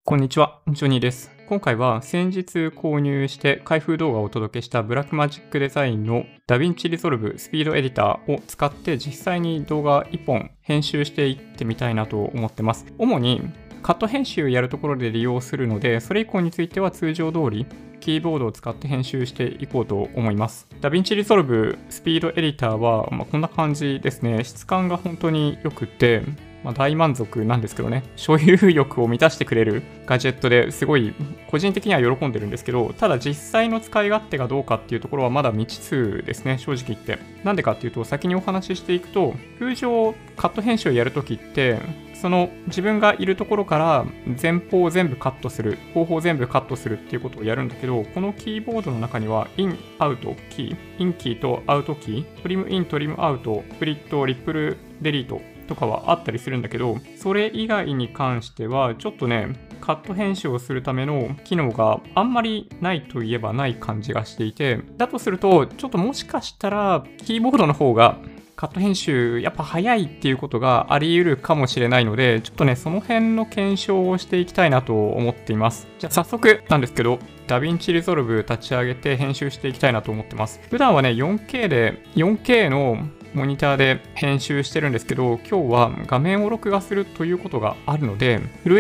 こんにちは、ジョニーです。今回は先日購入して開封動画をお届けしたブラックマジックデザインのダヴィンチリゾルブスピードエディターを使って実際に動画1本編集していってみたいなと思ってます。主にカット編集やるところで利用するので、それ以降については通常通りキーボードを使って編集していこうと思います。ダヴィンチリゾルブスピードエディターは、こんな感じですね。質感が本当に良くて、大満足なんですけどね、所有欲を満たしてくれるガジェットですごい個人的には喜んでるんですけど、ただ実際の使い勝手がどうかっていうところはまだ未知数ですね、正直言って。なんでかっていうと、先にお話ししていくと、通常カット編集をやるときって、その自分がいるところから前方を全部カットする、後方全部カットするっていうことをやるんだけど、このキーボードの中にはイン、アウトキー、インキーとアウトキー、トリムイン、トリムアウト、スプリット、リップル、デリートとかはあったりするんだけど、それ以外に関してはちょっとね、カット編集をするための機能があんまりないといえばない感じがしていて、だとするとちょっともしかしたらキーボードの方がカット編集やっぱ早いっていうことがあり得るかもしれないので、ちょっとね、その辺の検証をしていきたいなと思っています。じゃあ早速なんですけど、ダヴィンチリゾルブ立ち上げて編集していきたいなと思ってます。普段はね、4K のモニターで編集してるんですけど、今日は画面を録画するということがあるので、フル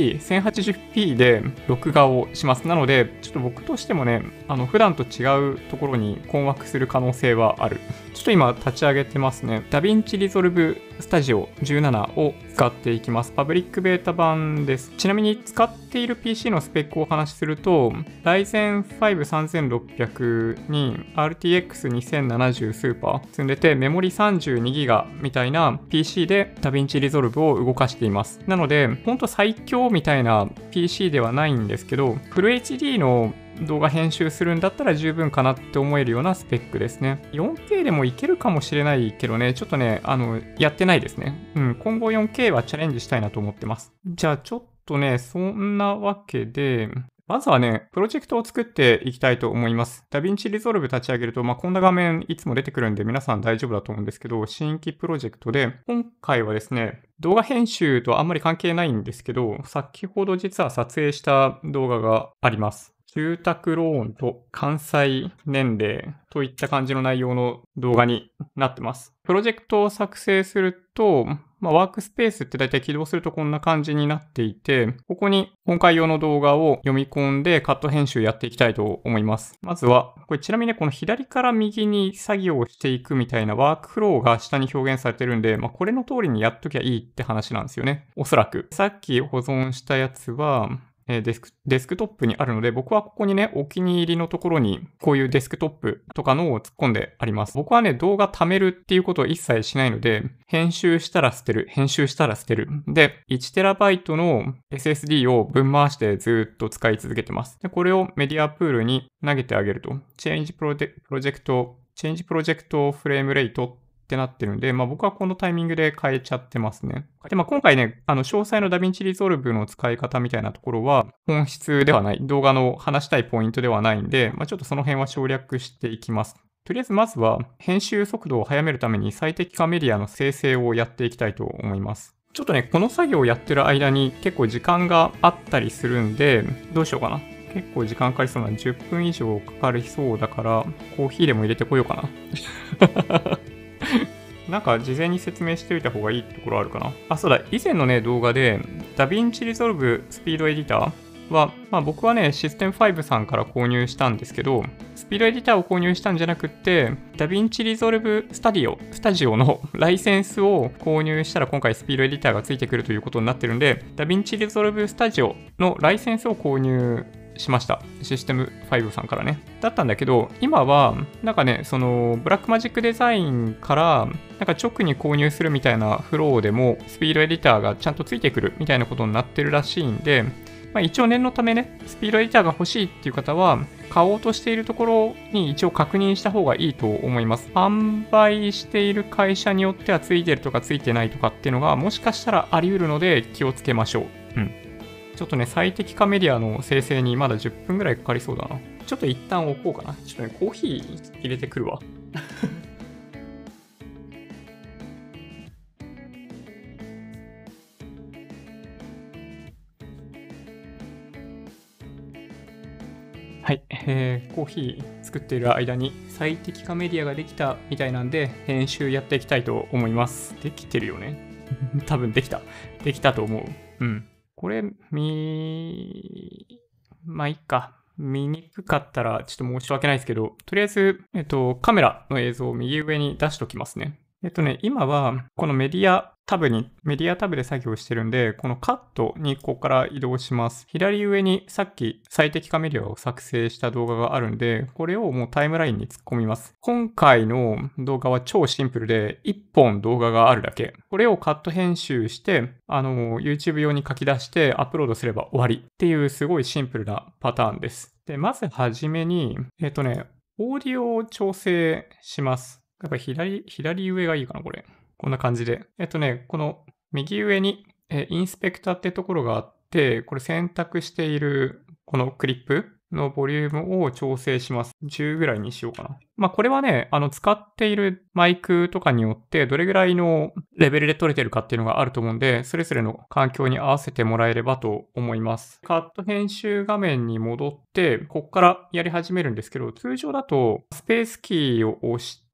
HD1080p で録画をします。なので、ちょっと僕としてもね、普段と違うところに困惑する可能性はある。ちょっと今立ち上げてますね。ダヴィンチリゾルブスタジオ17を使っていきます。パブリックベータ版です。ちなみに使っている PC のスペックをお話しすると、Ryzen 5 3600に RTX 2070 スーパー積んでて、メモリ 32GB みたいな PC でダヴィンチリゾルブを動かしています。なので、ほんと最強みたいな PC ではないんですけど、フル HD の動画編集するんだったら十分かなって思えるようなスペックですね。4K でもいけるかもしれないけどね、ちょっとね、やってないですね。今後 4K はチャレンジしたいなと思ってます。じゃあちょっとね、そんなわけで、まずはね、プロジェクトを作っていきたいと思います。ダヴィンチリゾルブ立ち上げると、こんな画面いつも出てくるんで皆さん大丈夫だと思うんですけど、新規プロジェクトで、今回はですね、動画編集とあんまり関係ないんですけど、先ほど実は撮影した動画があります。住宅ローンと関西年齢といった感じの内容の動画になってます。プロジェクトを作成すると、ワークスペースって大体起動するとこんな感じになっていて、ここに今回用の動画を読み込んでカット編集やっていきたいと思います。まずは、これちなみにこの左から右に作業をしていくみたいなワークフローが下に表現されてるんで、これの通りにやっときゃいいって話なんですよね。おそらく。さっき保存したやつは、デスクトップにあるので、僕はここにね、お気に入りのところに、こういうデスクトップとかのを突っ込んであります。僕はね、動画貯めるっていうことを一切しないので、編集したら捨てる、編集したら捨てる。で、1TB の SSD をぶん回してずっと使い続けてます。で、これをメディアプールに投げてあげると、Change Project Frame Rateってなってるんで、僕はこのタイミングで変えちゃってますね。で、今回ね、詳細のダヴィンチリゾルブの使い方みたいなところは本質ではない、動画の話したいポイントではないんで、ちょっとその辺は省略していきます。とりあえずまずは編集速度を速めるために最適化メディアの生成をやっていきたいと思います。ちょっとね、この作業をやってる間に結構時間があったりするんで、どうしようかな。結構時間かかりそうな10分以上かかりそうだから、コーヒーでも入れてこようかな。なんか事前に説明しておいた方がいいところあるかな。あ、そうだ。以前のね、動画で、ダヴィンチリゾルブスピードエディターは、僕はね、システム5さんから購入したんですけど、スピードエディターを購入したんじゃなくって、ダヴィンチリゾルブスタジオのライセンスを購入したら今回スピードエディターがついてくるということになってるんで、ダヴィンチリゾルブスタジオのライセンスを購入しました。システム5さんからね。だったんだけど、今は、なんかね、その、ブラックマジックデザインから、なんか直に購入するみたいなフローでも、スピードエディターがちゃんとついてくるみたいなことになってるらしいんで、一応念のためね、スピードエディターが欲しいっていう方は、買おうとしているところに一応確認した方がいいと思います。販売している会社によってはついてるとかついてないとかっていうのが、もしかしたらあり得るので気をつけましょう。ちょっとね、最適化メディアの生成にまだ10分ぐらいかかりそうだな。ちょっと一旦置こうかな。ちょっとね、コーヒー入れてくるわ。 はい、コーヒー作っている間に最適化メディアができたみたいなんで、編集やっていきたいと思います。できてるよね。多分できた。できたと思う。うん。これ、まあ、いっか。見にくかったらちょっと申し訳ないですけど、とりあえず、カメラの映像を右上に出しときますね。今は、このメディアタブで作業してるんで、このカットにここから移動します。左上にさっき最適化メディアを作成した動画があるんで、これをもうタイムラインに突っ込みます。今回の動画は超シンプルで、1本動画があるだけ。これをカット編集して、YouTube 用に書き出してアップロードすれば終わりっていうすごいシンプルなパターンです。で、まずはじめに、オーディオを調整します。やっぱり左上がいいかな、これ。こんな感じで。この右上に、インスペクターってところがあって、これ選択しているこのクリップのボリュームを調整します。10ぐらいにしようかな。まあこれはね、使っているマイクとかによってどれぐらいのレベルで撮れてるかっていうのがあると思うんで、それぞれの環境に合わせてもらえればと思います。カット編集画面に戻って、ここからやり始めるんですけど、通常だとスペースキーを押して、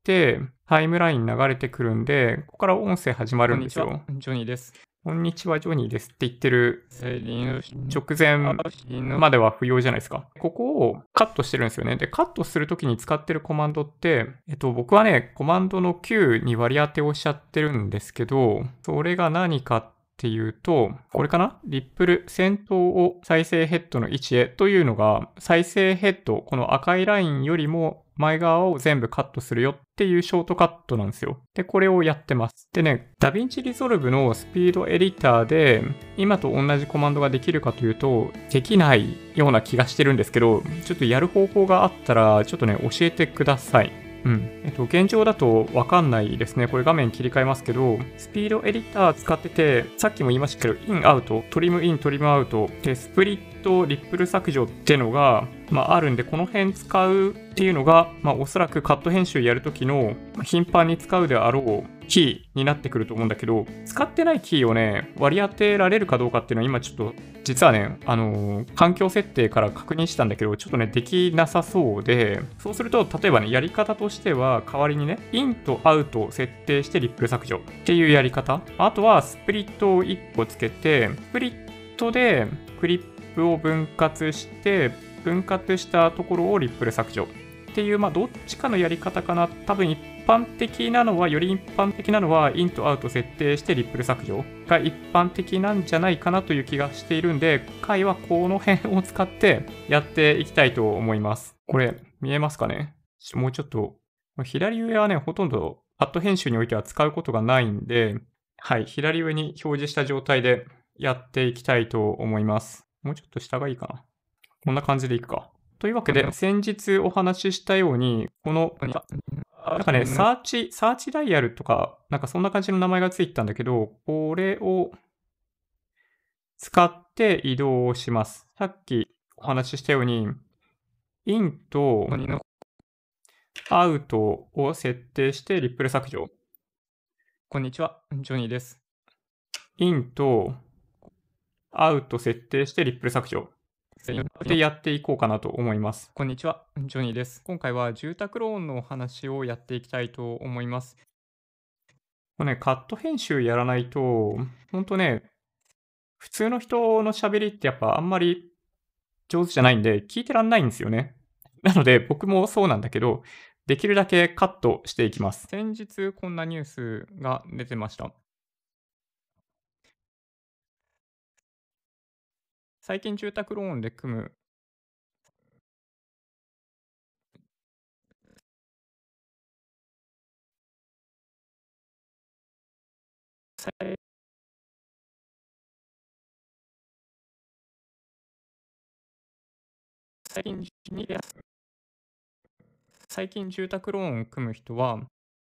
タイムライン流れてくるんで、ここから音声始まるんですよ。ジョニーです。こんにちは、ジョニーですって言ってる直前までは不要じゃないですか。ここをカットしてるんですよね。で、カットするときに使ってるコマンドって、僕はね、コマンドの Q に割り当てをしちゃってるんですけど、それが何かっていうと、これかなリップル、先頭を再生ヘッドの位置へというのが、再生ヘッド、この赤いラインよりも前側を全部カットするよっていうショートカットなんですよ。で、これをやってます。でね、DaVinci Resolve のスピードエディターで、今と同じコマンドができるかというと、できないような気がしてるんですけど、ちょっとやる方法があったら、ちょっとね、教えてください。うん。現状だとわかんないですね。これ画面切り替えますけど、スピードエディター使ってて、さっきも言いましたけど、イン、アウト、トリムイン、トリムアウト、で、スプリット、リップル削除っていうのが、あるんで、この辺使うっていうのが、おそらくカット編集やるときの頻繁に使うであろうキーになってくると思うんだけど、使ってないキーをね、割り当てられるかどうかっていうのは今ちょっと、実はね、環境設定から確認したんだけど、ちょっとね、できなさそうで、そうすると、例えばね、やり方としては、代わりにね、インとアウトを設定してリップル削除っていうやり方。あとは、スプリットを1個つけて、スプリットでクリップを分割して、分割したところをリップル削除っていう、どっちかのやり方かな。多分一般的なのは、より一般的なのは、インとアウト設定してリップル削除が一般的なんじゃないかなという気がしているんで、回はこの辺を使ってやっていきたいと思います。これ、見えますかね？もうちょっと、左上はね、ほとんどパッド編集においては使うことがないんで、はい、左上に表示した状態でやっていきたいと思います。もうちょっと下がいいかな。こんな感じでいくか。というわけで、先日お話ししたように、この、なんかね、サーチダイヤルとか、なんかそんな感じの名前がついてたんだけど、これを使って移動をします。さっきお話ししたように、インとアウトを設定してリップル削除。こんにちは、ジョニーです。インとアウト設定してリップル削除。でやっていこうかなと思います。こんにちは、ジョニーです。今回は住宅ローンのお話をやっていきたいと思います。これね、カット編集やらないと、ほんとね、普通の人の喋りってやっぱあんまり上手じゃないんで、聞いてらんないんですよね。なので、僕もそうなんだけど、できるだけカットしていきます。先日こんなニュースが出てました。最近住宅ローンで組む最近最近住宅ローン組む人は、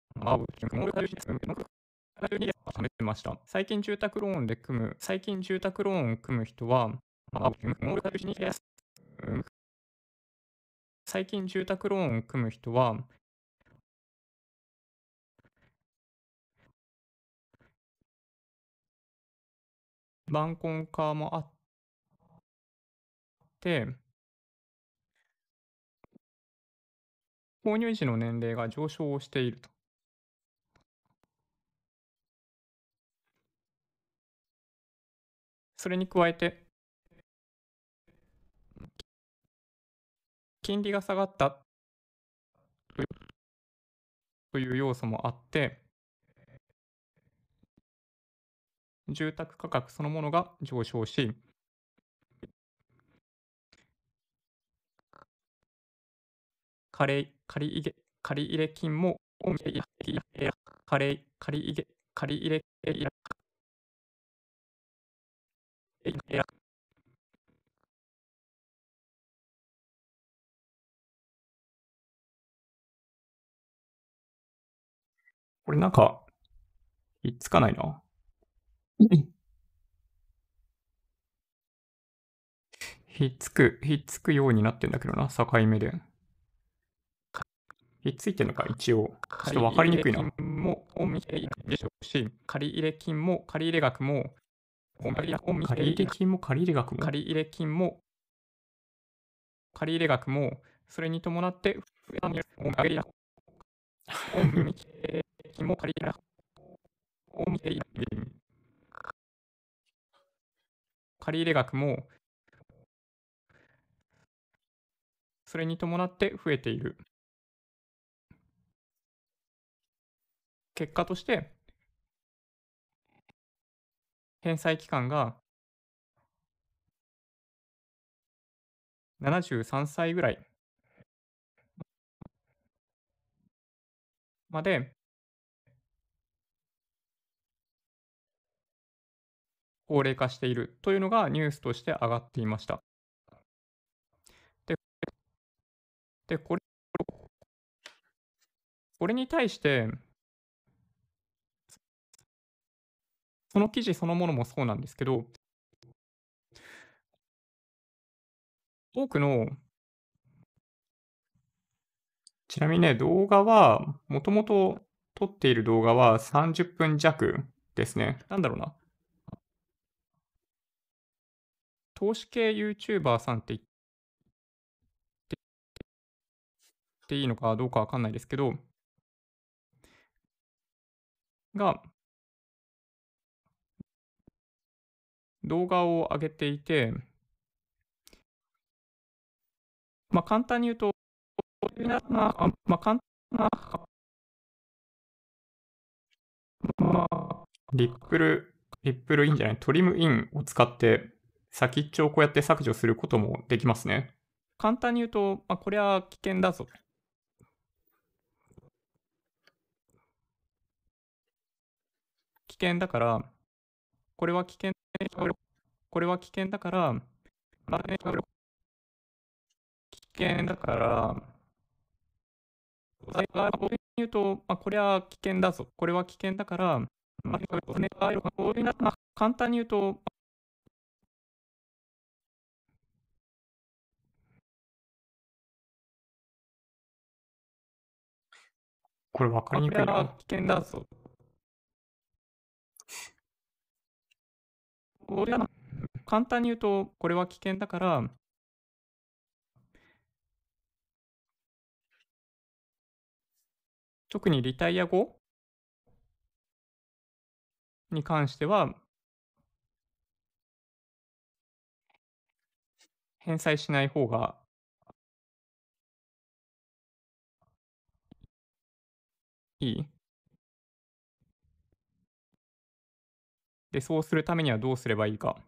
試してました。最近住宅ローン組む人は、最近住宅ローン組む人は、晩婚化もあって、 購入時の年齢が上昇をしていると。それに加えて、金利が下がったという要素もあって、住宅価格そのものが上昇し、借入金も、借入これなんか、ひっつかないな。ひっつくようになってんだけどな、境目で。ひっついてんのか、一応。ちょっとわかりにくいな。も見ているでしょうし、借入金も借入額も、借入金も借入額も、借入金も借入額も、それに伴って、借入金も借入額を見ている。借入額も、それに伴って増えている。結果として、返済期間が73歳ぐらいまで高齢化しているというのがニュースとして上がっていました。で、でこれに対して、その記事そのものもそうなんですけど、多くの、ちなみにね、動画は、もともと撮っている動画は30分弱ですね。なんだろうな。投資系 YouTuber さんって言っていいのかどうかわかんないですけど、が動画を上げていて、簡単に言うと、簡単な、リップルインじゃない、トリムインを使って、先っちょをこうやって削除することもできますね。簡単に言うと、これは危険だぞ。危険だから、これは危険、これは危険だから、危険だから、言うと、これは危険だぞ。これは危険だから、簡単に言うと、これ分かりにくいな。危険だぞ。簡単に言うと、これは危険だから、特にリタイア後に関しては、返済しない方がいい。で、そうするためにはどうすればいいか。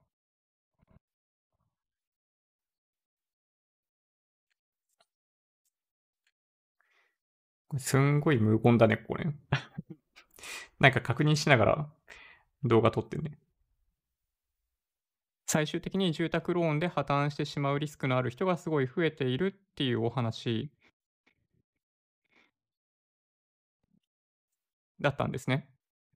これすんごい無言だね、これ。なんか確認しながら動画撮ってるね。最終的に住宅ローンで破綻してしまうリスクのある人がすごい増えているっていうお話だったんですね。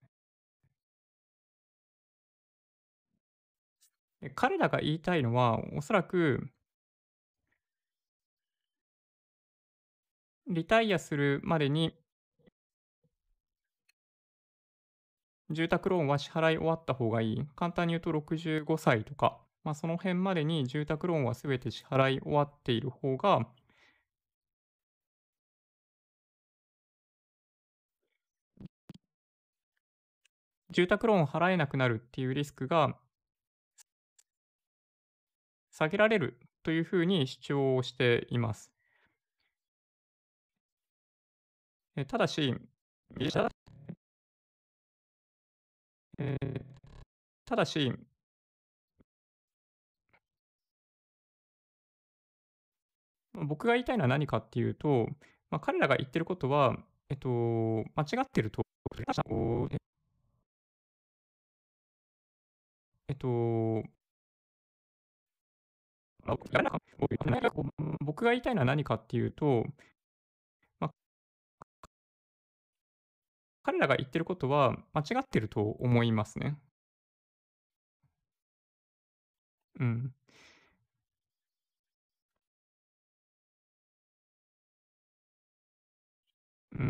で彼らが言いたいのは、おそらくリタイアするまでに住宅ローンは支払い終わった方がいい。簡単に言うと65歳とか、その辺までに住宅ローンはすべて支払い終わっている方が住宅ローンを払えなくなるっていうリスクが下げられるというふうに主張をしています。ただし、えーただし、僕が言いたいのは何かっていうと、彼らが言ってることは、間違ってると、えっと、あ、僕が言いたいのは何かっていうと、まあ、彼らが言ってることは間違ってると思いますね。うん。うん。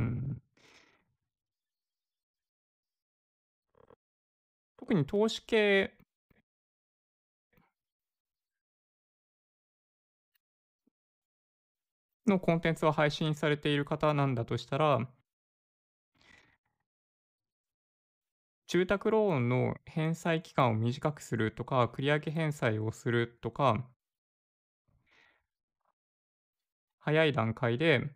特に投資系のコンテンツを配信されている方なんだとしたら、住宅ローンの返済期間を短くするとか、繰り上げ返済をするとか、早い段階で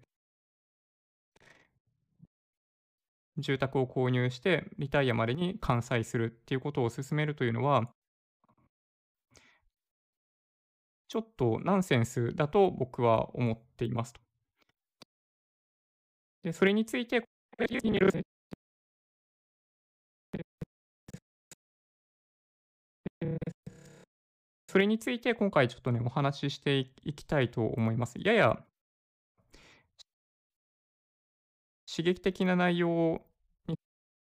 住宅を購入してリタイアまでに完済するっていうことを進めるというのは、ちょっとナンセンスだと僕は思っていますと。で、それについて、それについて今回ちょっとね、お話ししていきたいと思います。やや刺激的な内容に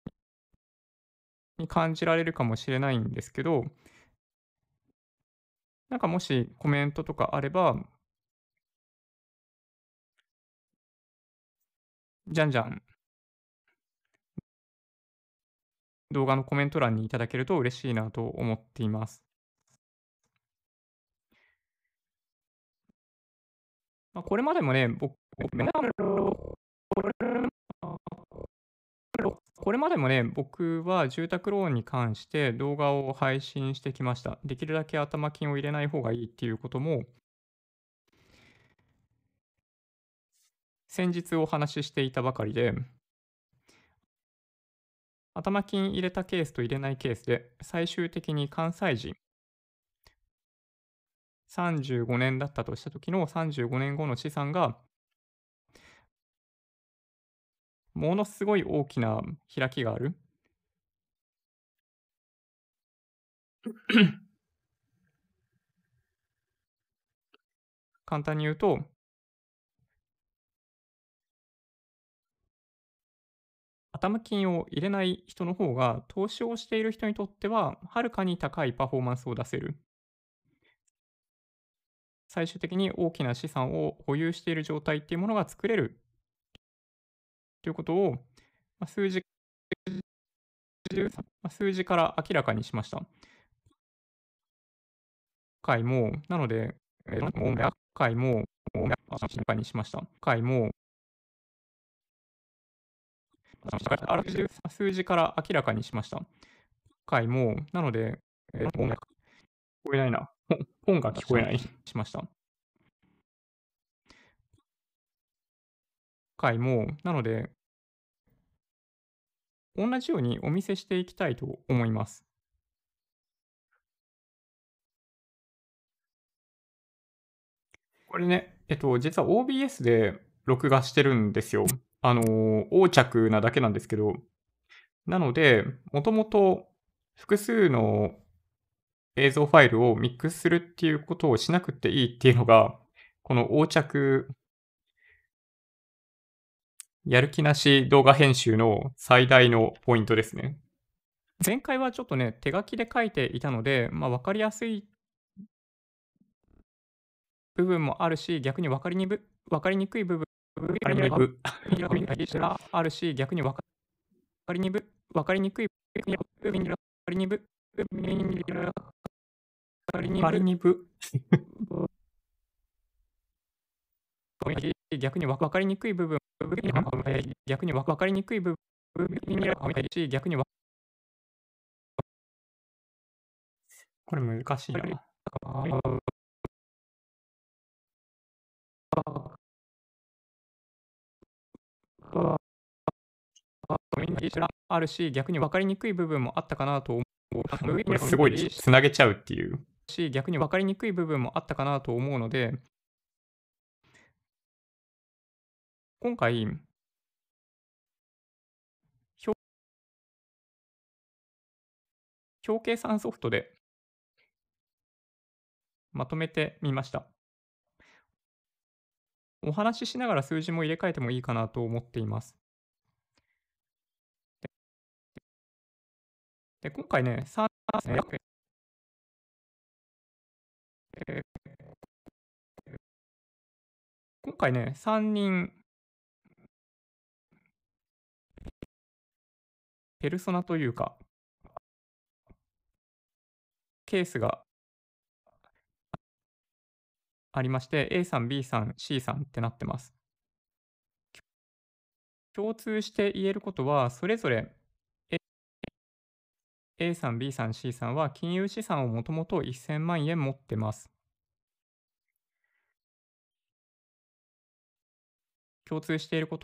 感じられるかもしれないんですけど、なんかもしコメントとかあれば、じゃんじゃん動画のコメント欄にいただけると嬉しいなと思っています。これまでもね、これまでもね、僕は住宅ローンに関して動画を配信してきました。できるだけ頭金を入れない方がいいっていうことも、先日お話ししていたばかりで、頭金入れたケースと入れないケースで、最終的に関西時、35年だったとした時の35年後の資産が、ものすごい大きな開きがある。簡単に言うと、頭金を入れない人の方が、投資をしている人にとっては、はるかに高いパフォーマンスを出せる。最終的に大きな資産を保有している状態っていうものが作れるということを、数字数字から明らかにしました。回も、なので、回も、明らかにしました。回も、数字から明らかにしました。回も、なので、聞こえないな。本が聞こえない。しました。回も、なので、同じようにお見せしていきたいと思います。これね、実は OBS で録画してるんですよ。横着なだけなんですけど、なので、もともと複数の映像ファイルをミックスするっていうことをしなくていいっていうのが、この横着やる気なし動画編集の最大のポイントですね。前回はちょっとね、手書きで書いていたので、分かりやすい部分もあるし、逆に分かりにくい部分があるし、逆に分かりにくい分かりにくい分かりにく逆に分かりにくい部分逆に分かりにくい部分逆にこれ難しいな。あるし、逆に分かりにくい部分もあったかなと思う。これすごいでしょ。つなげちゃうっていう。逆に分かりにくい部分もあったかなと思うので、今回、表計算ソフトでまとめてみました。お話ししながら数字も入れ替えてもいいかなと思っています。で、今回ね、3ですね。今回ね、3人ペルソナというか、ケースがありまして、A さん、B さん、C さんってなってます。共通して言えることは、それぞれ A さん、B さん、C さんは金融資産をもともと1000万円持ってます。共通していること、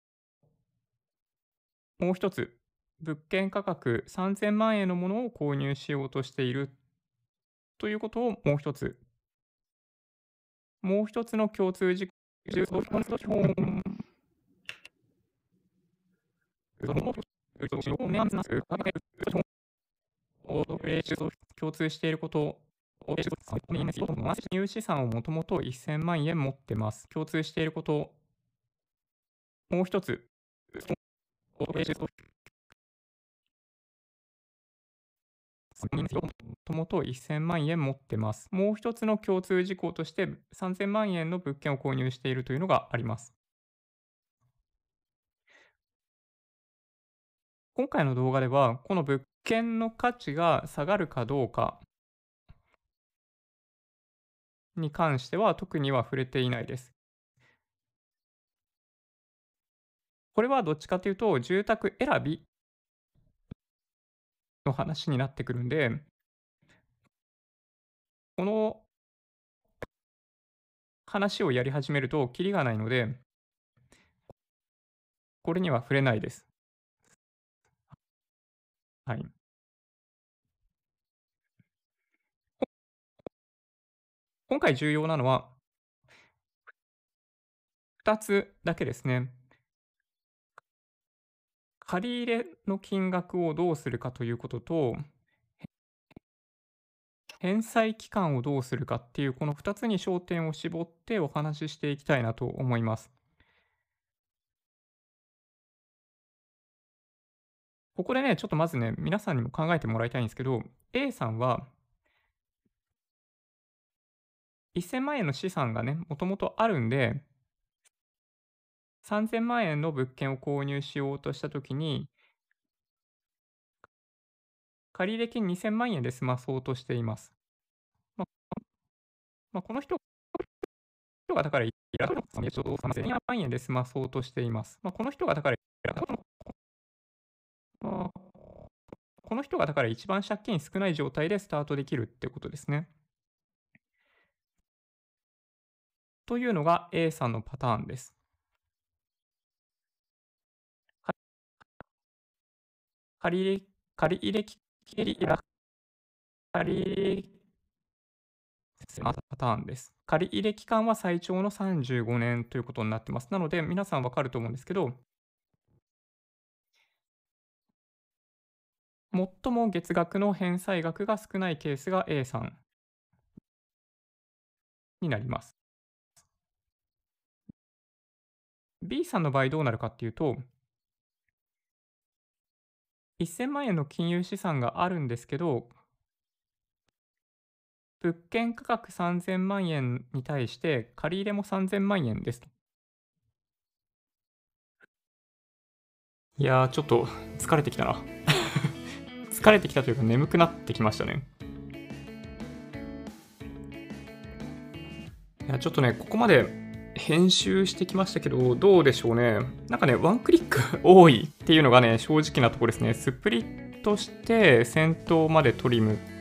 もう一つ、物件価格3000万円のものを購入しようとしているということをもう一つ。もう一つの共通事項、共通していること、金融資産をもともと1000万円持ってます。共通していること、もう一つ。もともと1000万円持ってます。もう一つの共通事項として3000万円の物件を購入しているというのがあります。今回の動画では、この物件の価値が下がるかどうかに関しては特には触れていないです。これはどっちかというと、住宅選びの話になってくるんで、この話をやり始めるとキリがないので、これには触れないです。はい。今回重要なのは2つだけですね。借り入れの金額をどうするかということと、返済期間をどうするかっていう、この2つに焦点を絞ってお話ししていきたいなと思います。ここでね、ちょっとまずね、皆さんにも考えてもらいたいんですけど、A さんは1000万円の資産がね、もともとあるんで、3000万円の物件を購入しようとしたときに、借入金2000万円で済まそうとしています。この人がだから3000万円で済まそうとしています。この人がだからこの人がだから一番借金少ない状態でスタートできるってことですね。というのが A さんのパターンです。借入借入パターンです。借入期間は最長の35年ということになってます。なので、皆さんわかると思うんですけど、最も月額の返済額が少ないケースが A さんになります。B さんの場合どうなるかっていうと、1000万円の金融資産があるんですけど、物件価格3000万円に対して借り入れも3000万円ですと。いやー、ちょっと疲れてきたな。疲れてきたというか眠くなってきましたね。いや、ちょっとね、ここまで編集してきましたけど、どうでしょうね。なんかね、ワンクリック多いっていうのがね、正直なところですね。スプリットして先頭までトリム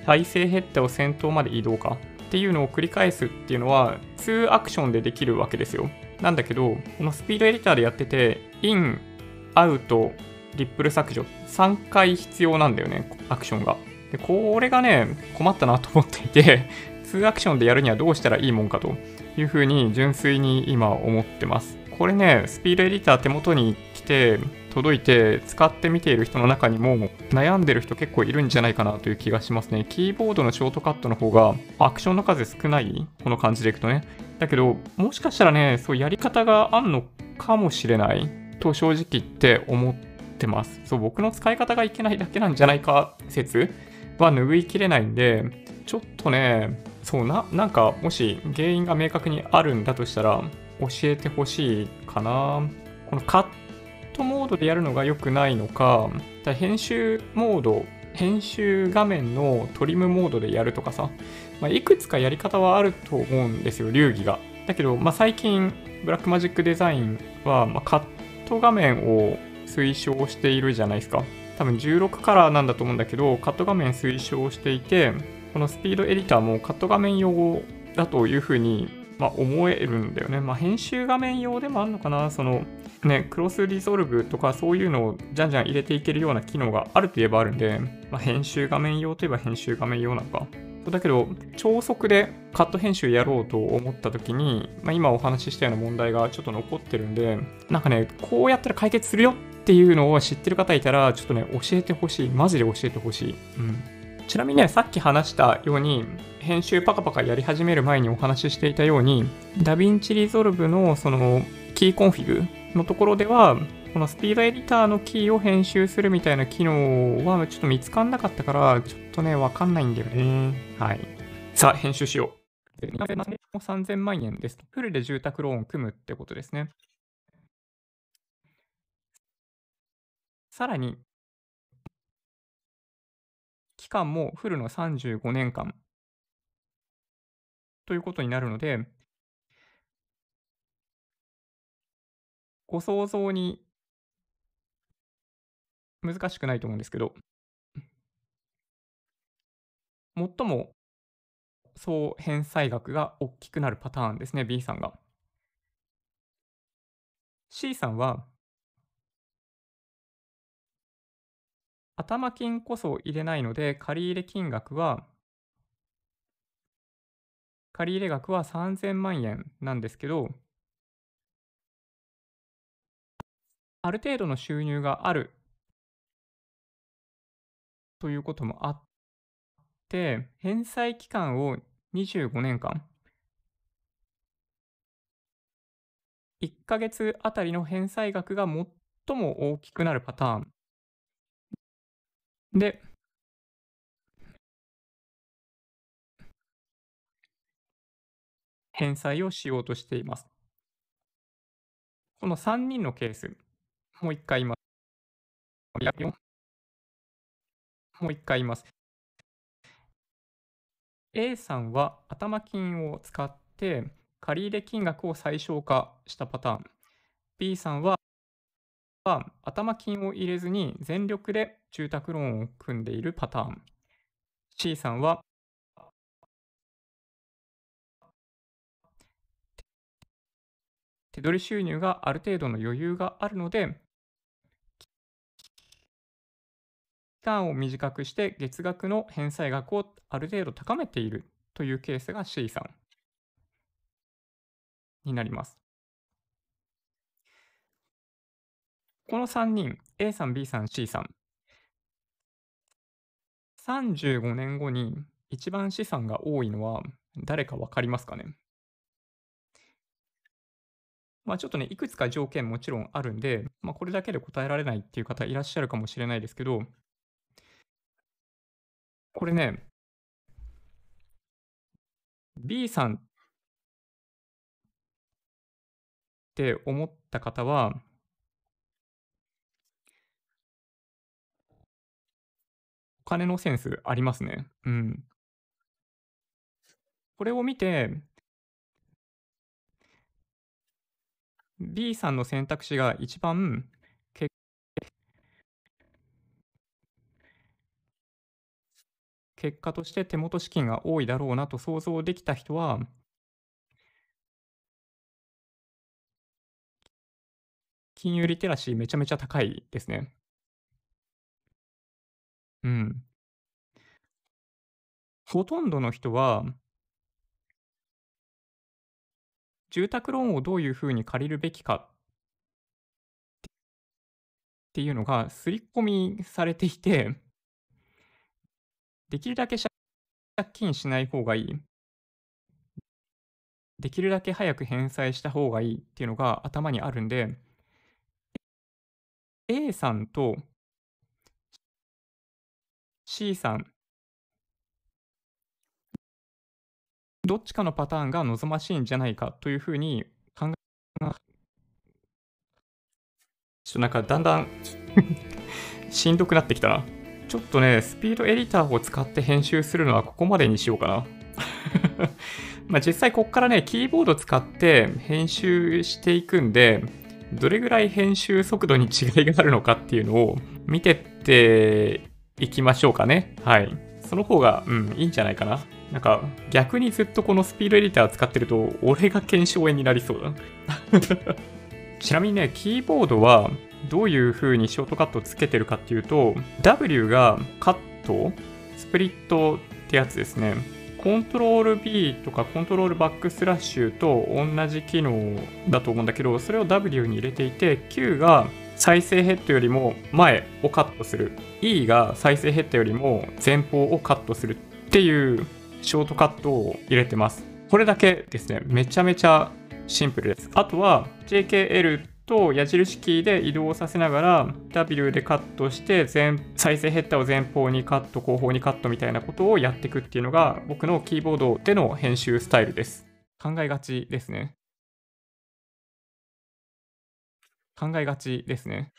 再生ヘッダーを先頭まで移動かっていうのを繰り返すっていうのは2アクションでできるわけですよ。なんだけど、このスピードエディターでやってて、イン、アウト、リップル削除、3回必要なんだよね、アクションが。で、これがね、困ったなと思っていて、2アクションでやるにはどうしたらいいもんかというふうに純粋に今思ってます。これね、スピードエディター手元に来て、届いて使ってみている人の中にも悩んでる人結構いるんじゃないかなという気がしますね。キーボードのショートカットの方がアクションの数少ない、この感じでいくとね。だけど、もしかしたらね、そうやり方があんのかもしれないと正直言って思ってます。そう、僕の使い方がいけないだけなんじゃないか説は拭いきれないんで、ちょっとね、そうなんかもし原因が明確にあるんだとしたら教えてほしいかな。このカットモードでやるのが良くないのか、編集モード、編集画面のトリムモードでやるとかさ、いくつかやり方はあると思うんですよ、流儀が。だけど、最近、ブラックマジックデザインは、カット画面を推奨しているじゃないですか。多分16カラーなんだと思うんだけど、カット画面推奨していて、このスピードエディターもカット画面用だというふうに、思えるんだよね。編集画面用でもあるのかな、そのね、クロスリゾルブとかそういうのをじゃんじゃん入れていけるような機能があるといえばあるんで、編集画面用といえば編集画面用なのか。だけど、超速でカット編集やろうと思った時に、今お話ししたような問題がちょっと残ってるんで、なんかね、こうやったら解決するよっていうのを知ってる方いたら、ちょっとね、教えてほしい。マジで教えてほしい。うん。ちなみにね、さっき話したように、編集パカパカやり始める前にお話ししていたように、ダヴィンチリゾルブのそのキーコンフィグのところでは、このスピードエディターのキーを編集するみたいな機能はちょっと見つかんなかったから、ちょっとね、わかんないんだよね。はい。さあ、編集しよう。3000万円です。フルで住宅ローン組むってことですね。さらに、期間もフルの35年間ということになるので、ご想像に難しくないと思うんですけど、最も総返済額が大きくなるパターンですね、B さんが。C さんは、頭金こそ入れないので、借入額は3000万円なんですけど、ある程度の収入があるということもあって、返済期間を25年間、1ヶ月あたりの返済額が最も大きくなるパターンで、返済をしようとしています。この3人のケース、もう一回言います。もう一回言います。A さんは頭金を使って借入金額を最小化したパターン。B さんは頭金を入れずに全力で住宅ローンを組んでいるパターン。C さんは手取り収入がある程度の余裕があるので、期間を短くして月額の返済額をある程度高めているというケースが C さんになります。この3人、A さん、B さん、C さん、35年後に一番資産が多いのは誰か分かりますかね？ちょっとね、いくつか条件もちろんあるんで、これだけで答えられないっていう方いらっしゃるかもしれないですけど、これね、B さんって思った方は、お金のセンスありますね。うん。これを見て、B さんの選択肢が一番結果として手元資金が多いだろうなと想像できた人は、金融リテラシーめちゃめちゃ高いですね。うん。ほとんどの人は、住宅ローンをどういうふうに借りるべきかっていうのが刷り込みされていて、できるだけ借金しない方がいい、できるだけ早く返済した方がいいっていうのが頭にあるんで、A さんと C さん、どっちかのパターンが望ましいんじゃないかというふうに考えが、ちょっとなんかだんだんしんどくなってきたな。ちょっとね、スピードエディターを使って編集するのはここまでにしようかな。まあ実際こっからね、キーボード使って編集していくんで、どれぐらい編集速度に違いがあるのかっていうのを見てっていきましょうかね。はい。その方が、いいんじゃないかな。なんか逆にずっとこのスピードエディター使ってると、俺が検証炎になりそうだ。ちなみにね、キーボードはどういう風にショートカットをつけてるかっていうと、W がカット、スプリットってやつですね。コントロール B とかコントロールバックスラッシュと同じ機能だと思うんだけど、それを W に入れていて、Q が再生ヘッドよりも前をカットする。E が再生ヘッドよりも前方をカットするっていうショートカットを入れてます。これだけですね。めちゃめちゃシンプルです。あとは JKL と矢印キーで移動させながら W でカットして再生ヘッダーを前方にカット後方にカットみたいなことをやっていくっていうのが僕のキーボードでの編集スタイルです。考えがちですね。考えがちですね。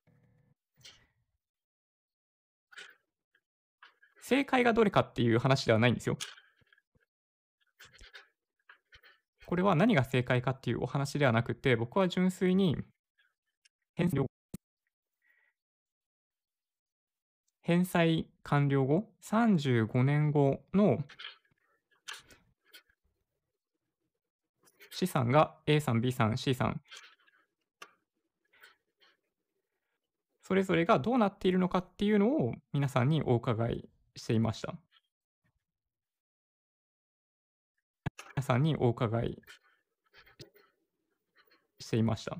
正解がどれかっていう話ではないんですよ。これは何が正解かっていうお話ではなくて、僕は純粋に返済完了後、35年後の資産が A さん、B さん、C さん、それぞれがどうなっているのかっていうのを皆さんにお伺いしていました。皆さんにお伺いしていました。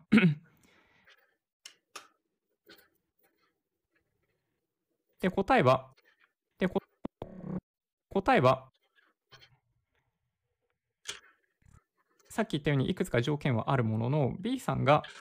で、答えは、さっき言ったようにいくつか条件はあるものの、B さんが、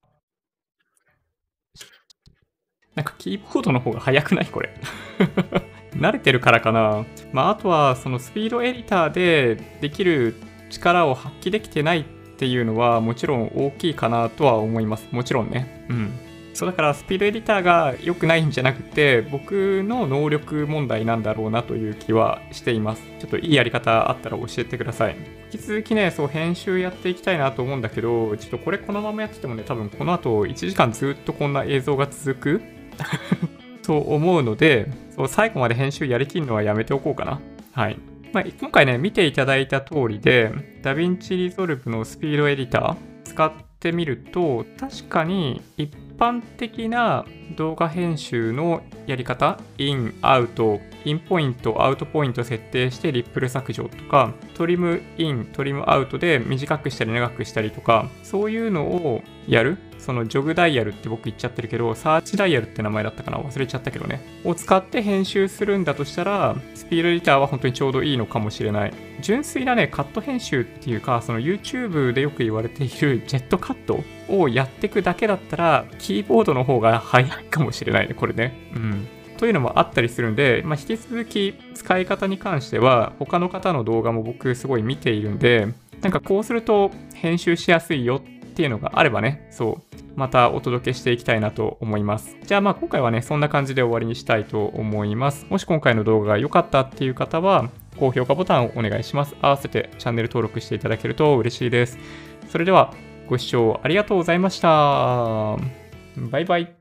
なんかキーボードの方が速くないこれ。慣れてるからかな。あとは、そのスピードエディターでできる力を発揮できてないっていうのは、もちろん大きいかなとは思います。もちろんね。そうだからスピードエディターが良くないんじゃなくて、僕の能力問題なんだろうなという気はしています。ちょっといいやり方あったら教えてください。引き続きね、そう編集やっていきたいなと思うんだけど、ちょっとこれこのままやっててもね、多分この後1時間ずっとこんな映像が続くと思うので、そう最後まで編集やりきるのはやめておこうかな。はい。今回ね、見ていただいた通りで、DaVinci Resolve のスピードエディター使ってみると、確かに一般的な動画編集のやり方、イン、アウト、インポイント、アウトポイント設定してリップル削除とか、トリムイン、トリムアウトで短くしたり長くしたりとか、そういうのをやる。そのジョグダイヤルって僕言っちゃってるけど、サーチダイヤルって名前だったかな忘れちゃったけどね。を使って編集するんだとしたら、スピードエディターは本当にちょうどいいのかもしれない。純粋なね、カット編集っていうか、その YouTube でよく言われているジェットカットをやっていくだけだったら、キーボードの方が早いかもしれないね、これね。というのもあったりするんで、引き続き使い方に関しては、他の方の動画も僕すごい見ているんで、なんかこうすると編集しやすいよっていうのがあればね、またお届けしていきたいなと思います。じゃあ今回はね、そんな感じで終わりにしたいと思います。もし今回の動画が良かったっていう方は、高評価ボタンをお願いします。合わせてチャンネル登録していただけると嬉しいです。それではご視聴ありがとうございました。バイバイ。